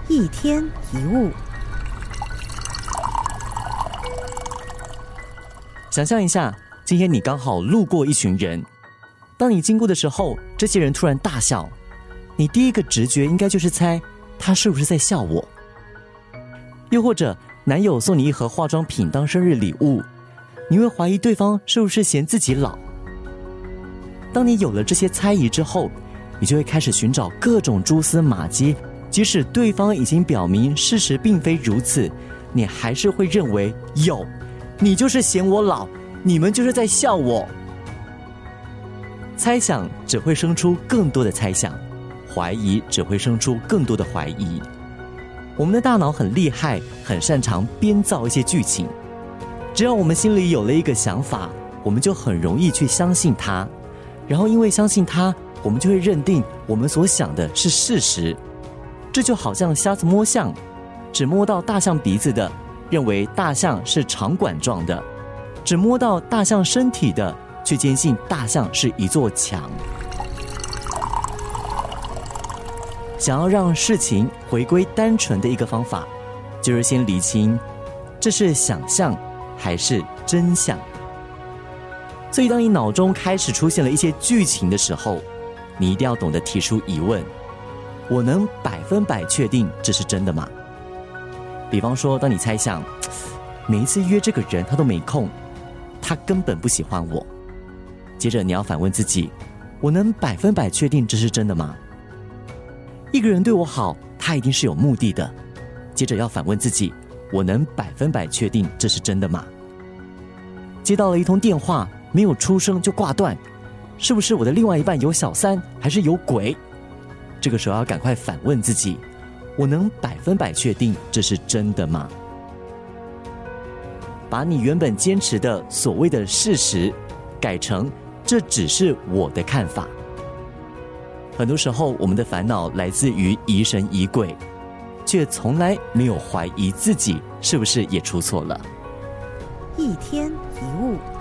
一天一物。 想象一下，今天你刚好路过一群人，当你经过的时候，这些人突然大笑，你第一个直觉应该就是猜他是不是在笑我。又或者男友送你一盒化妆品当生日礼物，你会怀疑对方是不是嫌自己老。当你有了这些猜疑之后，你就会开始寻找各种蛛丝马迹，即使对方已经表明事实并非如此，你还是会认为有，你就是嫌我老，你们就是在笑我。猜想只会生出更多的猜想，怀疑只会生出更多的怀疑。我们的大脑很厉害，很擅长编造一些剧情，只要我们心里有了一个想法，我们就很容易去相信它，然后因为相信它，我们就会认定我们所想的是事实。这就好像瞎子摸象，只摸到大象鼻子的，认为大象是长管状的；只摸到大象身体的，却坚信大象是一座墙。想要让事情回归单纯的一个方法，就是先厘清这是想象还是真相。所以当你脑中开始出现了一些剧情的时候，你一定要懂得提出疑问：我能100%确定这是真的吗？比方说，当你猜想每一次约这个人他都没空，他根本不喜欢我，接着你要反问自己：我能100%确定这是真的吗？一个人对我好，他一定是有目的的，接着要反问自己：我能100%确定这是真的吗？接到了一通电话，没有出声就挂断，是不是我的另外一半有小三，还是有鬼？这个时候要赶快反问自己：我能100%确定这是真的吗？把你原本坚持的所谓的事实改成这只是我的看法。很多时候我们的烦恼来自于疑神疑鬼，却从来没有怀疑自己是不是也出错了。 一天一物。